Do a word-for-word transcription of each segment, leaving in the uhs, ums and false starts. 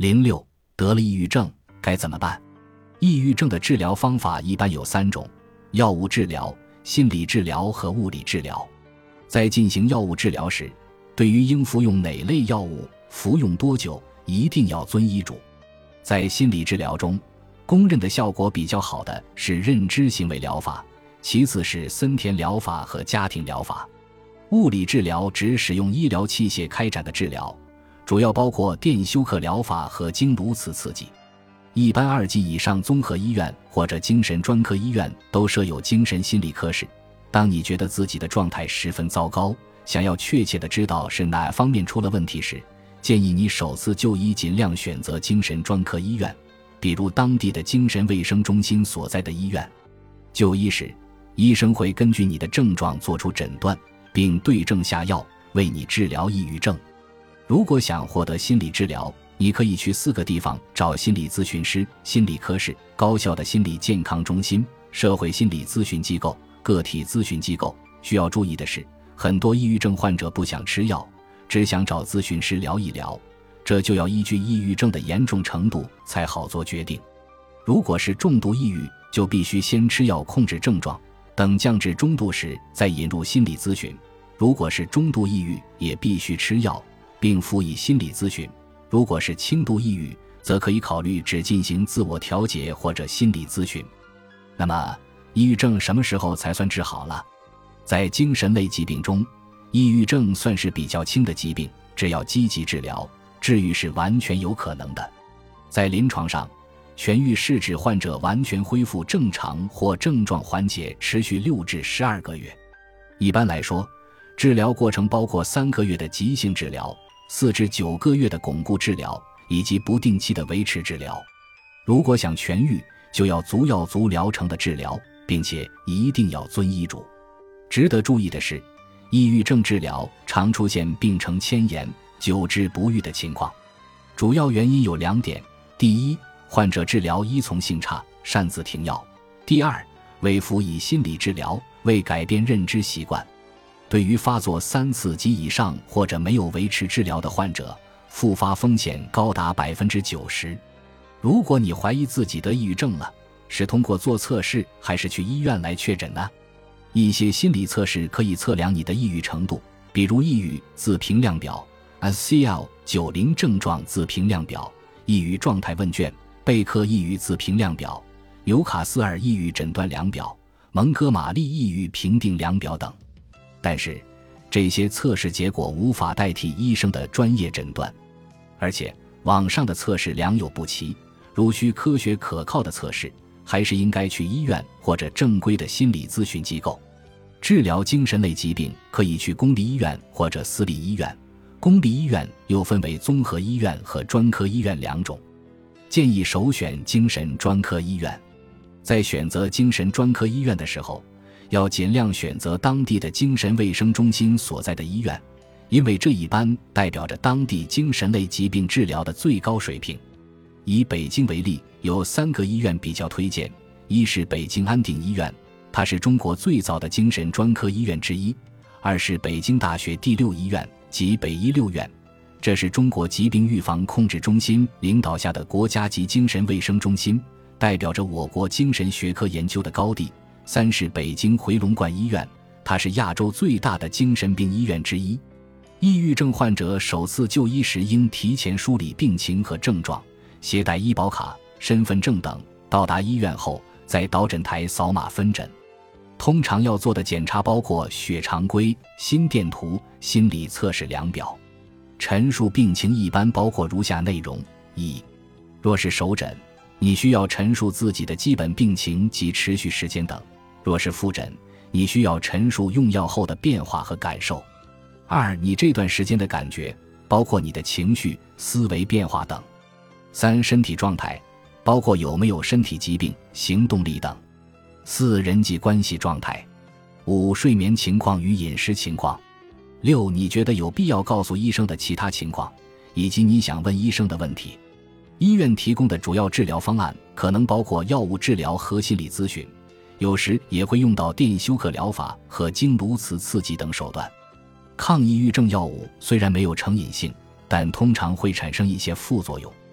零六得了抑郁症该怎么办？抑郁症的治疗方法一般有三种：药物治疗、心理治疗和物理治疗。在进行药物治疗时，对于应服用哪类药物、服用多久，一定要遵医嘱。在心理治疗中，公认的效果比较好的是认知行为疗法，其次是森田疗法和家庭疗法。物理治疗指使用医疗器械开展的治疗，主要包括电休克疗法和经颅磁刺激。一般二级以上综合医院或者精神专科医院都设有精神心理科室。当你觉得自己的状态十分糟糕，想要确切地知道是哪方面出了问题时，建议你首次就医尽量选择精神专科医院，比如当地的精神卫生中心所在的医院。就医时，医生会根据你的症状做出诊断，并对症下药，为你治疗抑郁症。如果想获得心理治疗，你可以去四个地方找心理咨询师、心理科室、高校的心理健康中心、社会心理咨询机构、个体咨询机构。需要注意的是，很多抑郁症患者不想吃药，只想找咨询师聊一聊，这就要依据抑郁症的严重程度才好做决定。如果是重度抑郁，就必须先吃药控制症状，等降至中度时再引入心理咨询。如果是中度抑郁，也必须吃药并辅以心理咨询。如果是轻度抑郁，则可以考虑只进行自我调节或者心理咨询。那么，抑郁症什么时候才算治好了？在精神类疾病中，抑郁症算是比较轻的疾病，只要积极治疗，治愈是完全有可能的。在临床上，痊愈是指患者完全恢复正常或症状缓解持续六至十二个月。一般来说，治疗过程包括三个月的急性治疗，四至九个月的巩固治疗，以及不定期的维持治疗。如果想痊愈，就要足药足疗程的治疗，并且一定要遵医嘱。值得注意的是，抑郁症治疗常出现病程迁延、久治不愈的情况。主要原因有两点：第一，患者治疗依从性差，擅自停药；第二，未辅以心理治疗，未改变认知习惯。对于发作三次及以上或者没有维持治疗的患者，复发风险高达 百分之九十。 如果你怀疑自己得抑郁症了，是通过做测试还是去医院来确诊呢？一些心理测试可以测量你的抑郁程度，比如抑郁自评量表、S C L 九十 症状自评量表、抑郁状态问卷、贝克抑郁自评量表、纽卡斯尔抑郁诊断量表、蒙哥马利抑郁评定量表等。但是，这些测试结果无法代替医生的专业诊断，而且网上的测试良莠不齐，如需科学可靠的测试，还是应该去医院或者正规的心理咨询机构。治疗精神类疾病可以去公立医院或者私立医院，公立医院又分为综合医院和专科医院两种，建议首选精神专科医院。在选择精神专科医院的时候，要尽量选择当地的精神卫生中心所在的医院，因为这一般代表着当地精神类疾病治疗的最高水平。以北京为例，有三个医院比较推荐：一是北京安定医院，它是中国最早的精神专科医院之一；二是北京大学第六医院及北医六院，这是中国疾病预防控制中心领导下的国家级精神卫生中心，代表着我国精神学科研究的高地；三是北京回龙观医院，它是亚洲最大的精神病医院之一。抑郁症患者首次就医时应提前梳理病情和症状，携带医保卡、身份证等，到达医院后在导诊台扫码分诊。通常要做的检查包括血常规、心电图、心理测试量表。陈述病情一般包括如下内容：一、若是首诊，你需要陈述自己的基本病情及持续时间等；若是复诊，你需要陈述用药后的变化和感受。二、你这段时间的感觉，包括你的情绪、思维变化等。三、身体状态，包括有没有身体疾病、行动力等。四、人际关系状态。五、睡眠情况与饮食情况。六、你觉得有必要告诉医生的其他情况，以及你想问医生的问题。医院提供的主要治疗方案可能包括药物治疗和心理咨询，有时也会用到电休克疗法和经颅磁刺激等手段。抗抑郁症药物虽然没有成瘾性，但通常会产生一些副作用。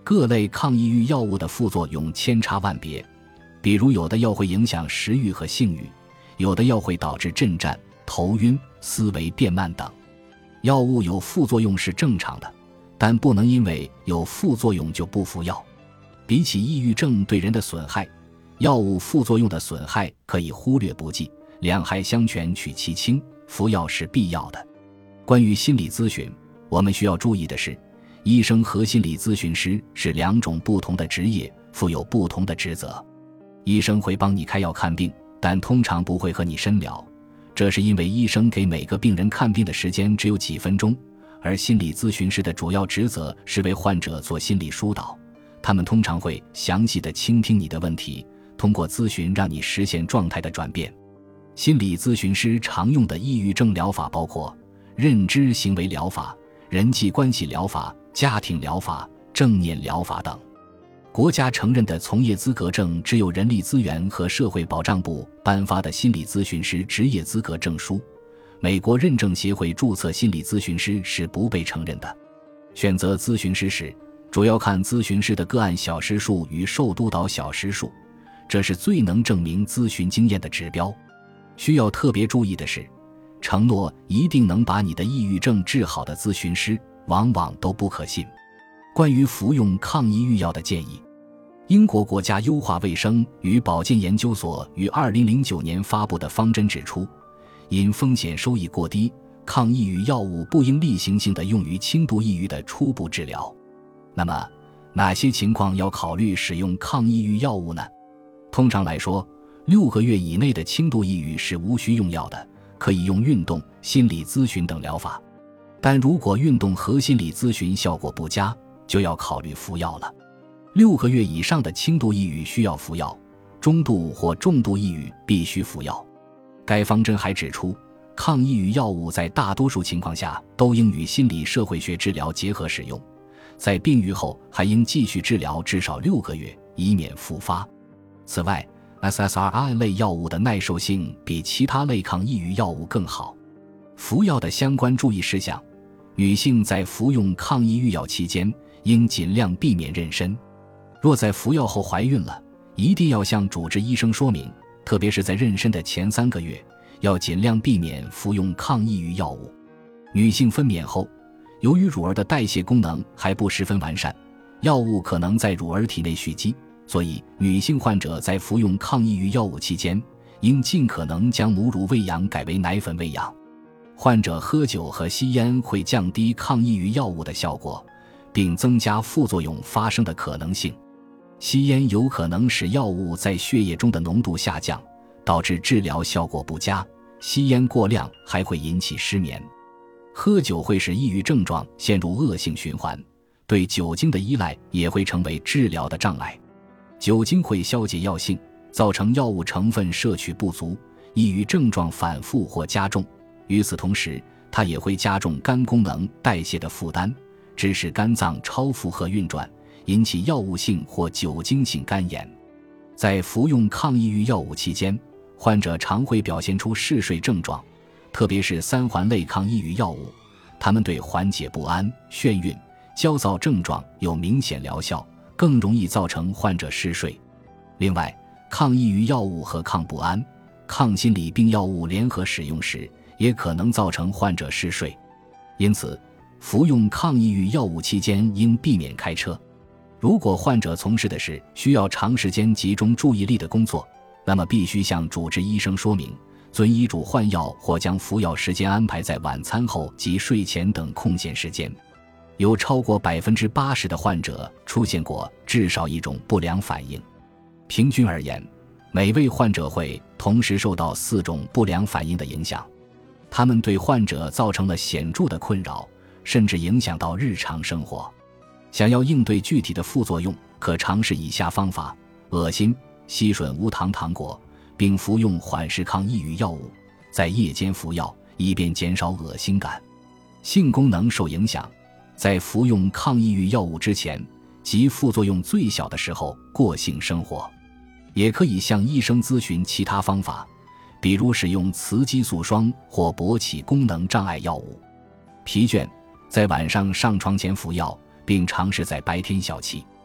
各类抗抑郁药物的副作用千差万别，比如有的药会影响食欲和性欲，有的药会导致震颤、头晕、思维变慢等。药物有副作用是正常的，但不能因为有副作用就不服药。比起抑郁症对人的损害，药物副作用的损害可以忽略不计，两害相权取其轻，服药是必要的。关于心理咨询，我们需要注意的是，医生和心理咨询师是两种不同的职业，负有不同的职责。医生会帮你开药看病，但通常不会和你深聊，这是因为医生给每个病人看病的时间只有几分钟，而心理咨询师的主要职责是为患者做心理疏导，他们通常会详细地倾听你的问题，通过咨询让你实现状态的转变。心理咨询师常用的抑郁症疗法包括认知行为疗法、人际关系疗法、家庭疗法、正念疗法等。国家承认的从业资格证只有人力资源和社会保障部颁发的心理咨询师职业资格证书，美国认证协会注册心理咨询师是不被承认的。选择咨询师时，主要看咨询师的个案小时数与受督导小时数，这是最能证明咨询经验的指标。需要特别注意的是，承诺一定能把你的抑郁症治好的咨询师往往都不可信。关于服用抗抑郁药的建议，英国国家优化卫生与保健研究所于二零零九年发布的方针指出，因风险收益过低，抗抑郁药物不应例行性地用于轻度抑郁的初步治疗。那么，哪些情况要考虑使用抗抑郁药物呢？通常来说，六个月以内的轻度抑郁是无需用药的，可以用运动、心理咨询等疗法。但如果运动和心理咨询效果不佳，就要考虑服药了。六个月以上的轻度抑郁需要服药，中度或重度抑郁必须服药。该方针还指出，抗抑郁药物在大多数情况下都应与心理社会学治疗结合使用，在病愈后还应继续治疗至少六个月，以免复发。此外， S S R I 类药物的耐受性比其他类抗抑郁药物更好。服药的相关注意事项，女性在服用抗抑郁药期间应尽量避免妊娠。若在服药后怀孕了，一定要向主治医生说明，特别是在妊娠的前三个月，要尽量避免服用抗抑郁药物。女性分娩后，由于乳儿的代谢功能还不十分完善，药物可能在乳儿体内蓄积，所以女性患者在服用抗抑郁药物期间，应尽可能将母乳喂养改为奶粉喂养。患者喝酒和吸烟会降低抗抑郁药物的效果，并增加副作用发生的可能性。吸烟有可能使药物在血液中的浓度下降，导致治疗效果不佳。吸烟过量还会引起失眠。喝酒会使抑郁症状陷入恶性循环，对酒精的依赖也会成为治疗的障碍。酒精会消解药性，造成药物成分摄取不足，抑郁症状反复或加重。与此同时，它也会加重肝功能代谢的负担，致使肝脏超负荷运转，引起药物性或酒精性肝炎。在服用抗抑郁药物期间，患者常会表现出嗜睡症状，特别是三环类抗抑郁药物，它们对缓解不安、眩晕、焦躁症状有明显疗效，更容易造成患者嗜睡。另外，抗抑郁药物和抗不安、抗心理病药物联合使用时，也可能造成患者嗜睡。因此，服用抗抑郁药物期间应避免开车。如果患者从事的是需要长时间集中注意力的工作，那么必须向主治医生说明，遵医嘱换药或将服药时间安排在晚餐后及睡前等空闲时间。有超过 百分之八十 的患者出现过至少一种不良反应。平均而言，每位患者会同时受到四种不良反应的影响，它们对患者造成了显著的困扰，甚至影响到日常生活。想要应对具体的副作用，可尝试以下方法：恶心，吸吮无糖糖果，并服用缓释抗抑郁药物，在夜间服药，以便减少恶心感。性功能受影响，在服用抗抑郁药物之前及副作用最小的时候过性生活。也可以向医生咨询其他方法，比如使用雌激素霜或勃起功能障碍药物。疲倦，在晚上上床前服药，并尝试在白天小憩。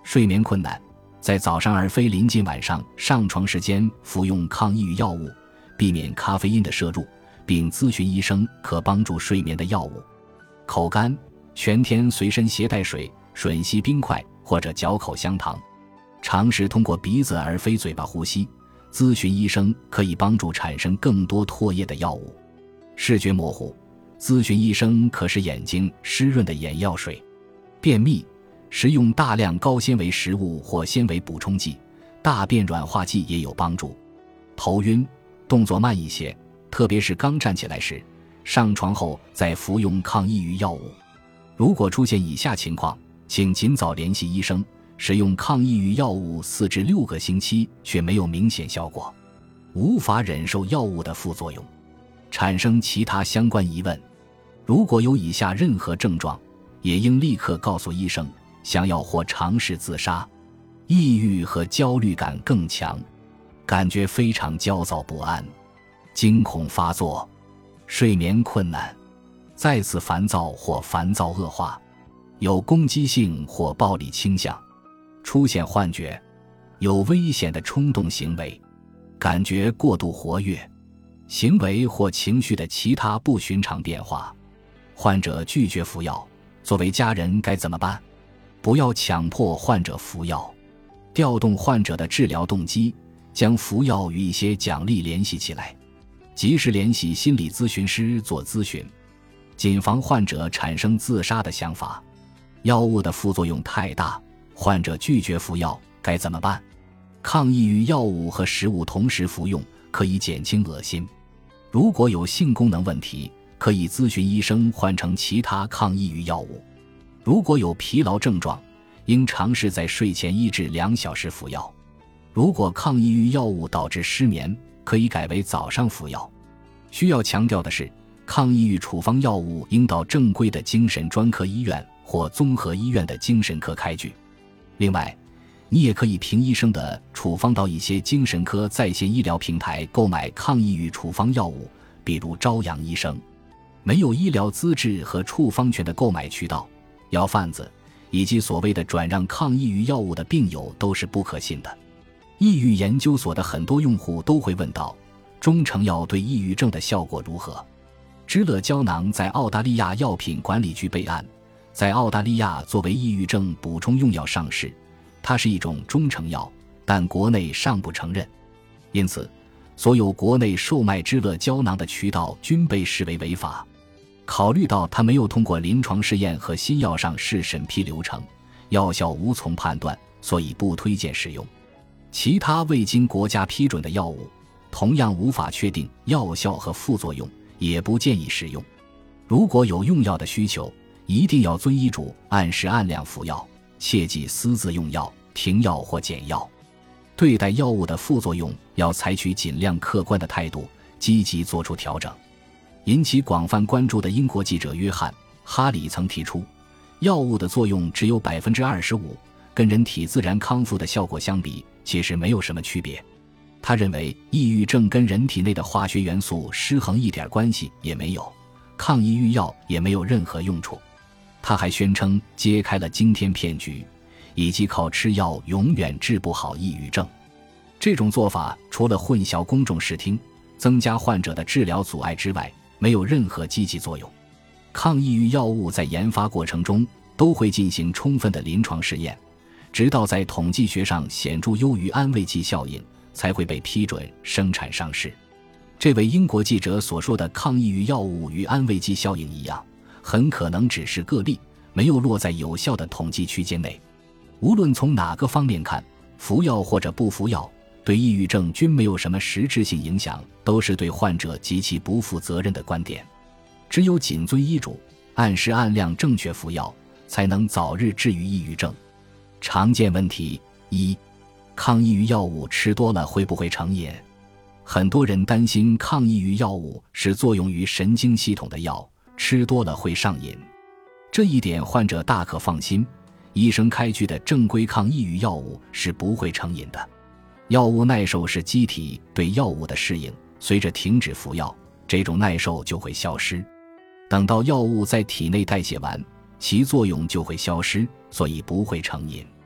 睡眠困难，在早上而非临近晚上上床时间服用抗抑郁药物，避免咖啡因的摄入，并咨询医生可帮助睡眠的药物。口干，全天随身携带水、吮吸冰块或者嚼口香糖，尝试通过鼻子而非嘴巴呼吸，咨询医生可以帮助产生更多唾液的药物。视觉模糊，咨询医生可使眼睛湿润的眼药水。便秘，食用大量高纤维食物或纤维补充剂、大便软化剂也有帮助。头晕，动作慢一些，特别是刚站起来时，上床后再服用抗抑郁药物。如果出现以下情况，请尽早联系医生。使用抗抑郁药物四至六个星期却没有明显效果，无法忍受药物的副作用，产生其他相关疑问。如果有以下任何症状，也应立刻告诉医生，想要或尝试自杀。抑郁和焦虑感更强，感觉非常焦躁不安，惊恐发作，睡眠困难，再次烦躁或烦躁恶化，有攻击性或暴力倾向，出现幻觉，有危险的冲动行为，感觉过度活跃，行为或情绪的其他不寻常变化。患者拒绝服药，作为家人该怎么办？不要强迫患者服药，调动患者的治疗动机，将服药与一些奖励联系起来，及时联系心理咨询师做咨询，谨防患者产生自杀的想法。药物的副作用太大，患者拒绝服药，该怎么办？抗抑郁药物和食物同时服用，可以减轻恶心。如果有性功能问题，可以咨询医生换成其他抗抑郁药物。如果有疲劳症状，应尝试在睡前一至两小时服药。如果抗抑郁药物导致失眠，可以改为早上服药。需要强调的是，抗抑郁处方药物应到正规的精神专科医院或综合医院的精神科开具。另外，你也可以凭医生的处方到一些精神科在线医疗平台购买抗抑郁处方药物，比如朝阳医生。没有医疗资质和处方权的购买渠道、药贩子以及所谓的转让抗抑郁药物的病友都是不可信的。抑郁研究所的很多用户都会问到，中成药对抑郁症的效果如何？知乐胶囊在澳大利亚药品管理局备案，在澳大利亚作为抑郁症补充用药上市，它是一种中成药，但国内尚不承认。因此，所有国内售卖知乐胶囊的渠道均被视为违法。考虑到它没有通过临床试验和新药上市审批流程，药效无从判断，所以不推荐使用。其他未经国家批准的药物，同样无法确定药效和副作用，也不建议使用。如果有用药的需求，一定要遵医嘱按时按量服药，切忌私自用药、停药或减药。对待药物的副作用，要采取尽量客观的态度，积极做出调整。引起广泛关注的英国记者约翰·哈里曾提出，药物的作用只有 百分之二十五， 跟人体自然康复的效果相比，其实没有什么区别。他认为抑郁症跟人体内的化学元素失衡一点关系也没有，抗抑郁药也没有任何用处。他还宣称揭开了惊天骗局，以及靠吃药永远治不好抑郁症。这种做法除了混淆公众视听，增加患者的治疗阻碍之外，没有任何积极作用。抗抑郁药物在研发过程中都会进行充分的临床试验，直到在统计学上显著优于安慰剂效应，才会被批准生产上市。这位英国记者所说的抗抑郁药物与安慰剂效应一样，很可能只是个例，没有落在有效的统计区间内。无论从哪个方面看，服药或者不服药对抑郁症均没有什么实质性影响，都是对患者极其不负责任的观点。只有谨遵医嘱，按时按量正确服药，才能早日治愈抑郁症。常见问题一，抗抑郁药物吃多了会不会成瘾？很多人担心抗抑郁药物是作用于神经系统的药，吃多了会上瘾。这一点患者大可放心，医生开具的正规抗抑郁药物是不会成瘾的。药物耐受是机体对药物的适应，随着停止服药，这种耐受就会消失。等到药物在体内代谢完，其作用就会消失，所以不会成瘾。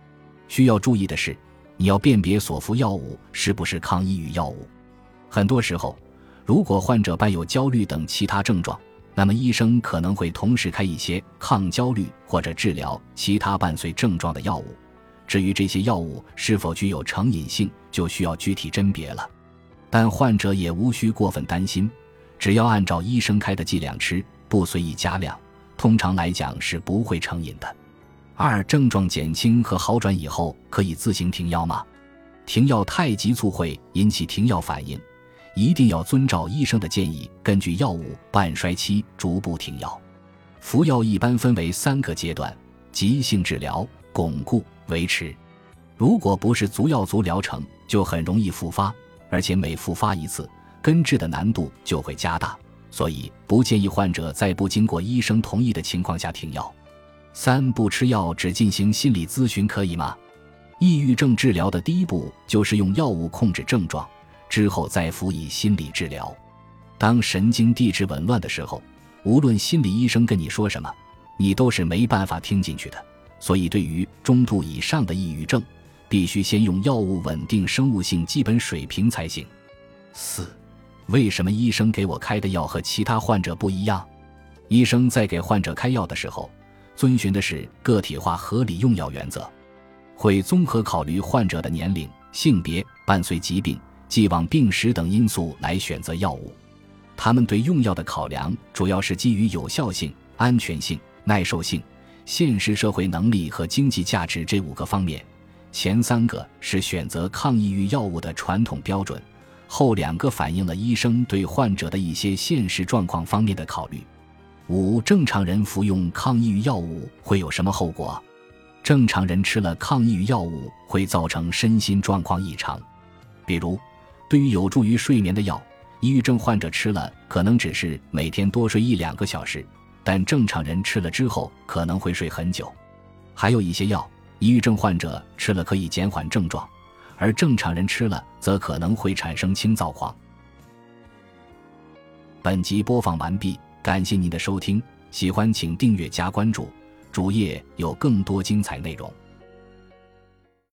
需要注意的是，你要辨别所服药物是不是抗抑郁药物。很多时候，如果患者伴有焦虑等其他症状，那么医生可能会同时开一些抗焦虑或者治疗其他伴随症状的药物。至于这些药物是否具有成瘾性，就需要具体甄别了。但患者也无需过分担心，只要按照医生开的剂量吃，不随意加量，通常来讲是不会成瘾的。二、症状减轻和好转以后可以自行停药吗？停药太急促会引起停药反应，一定要遵照医生的建议，根据药物半衰期逐步停药。服药一般分为三个阶段：急性治疗、巩固、维持。如果不是足药足疗程，就很容易复发，而且每复发一次，根治的难度就会加大，所以不建议患者在不经过医生同意的情况下停药。三、不吃药只进行心理咨询可以吗？抑郁症治疗的第一步就是用药物控制症状，之后再辅以心理治疗。当神经递质紊乱的时候，无论心理医生跟你说什么，你都是没办法听进去的。所以对于中度以上的抑郁症，必须先用药物稳定生物性基本水平才行。四、为什么医生给我开的药和其他患者不一样？医生在给患者开药的时候，遵循的是个体化合理用药原则，会综合考虑患者的年龄、性别、伴随疾病、既往病史等因素来选择药物。他们对用药的考量主要是基于有效性、安全性、耐受性、现实社会能力和经济价值这五个方面。前三个是选择抗抑郁药物的传统标准，后两个反映了医生对患者的一些现实状况方面的考虑。五、正常人服用抗抑郁药物会有什么后果？正常人吃了抗抑郁药物会造成身心状况异常。比如，对于有助于睡眠的药，抑郁症患者吃了可能只是每天多睡一两个小时，但正常人吃了之后可能会睡很久。还有一些药，抑郁症患者吃了可以减缓症状，而正常人吃了则可能会产生轻躁狂。本集播放完毕，感谢您的收听，喜欢请订阅加关注，主页有更多精彩内容。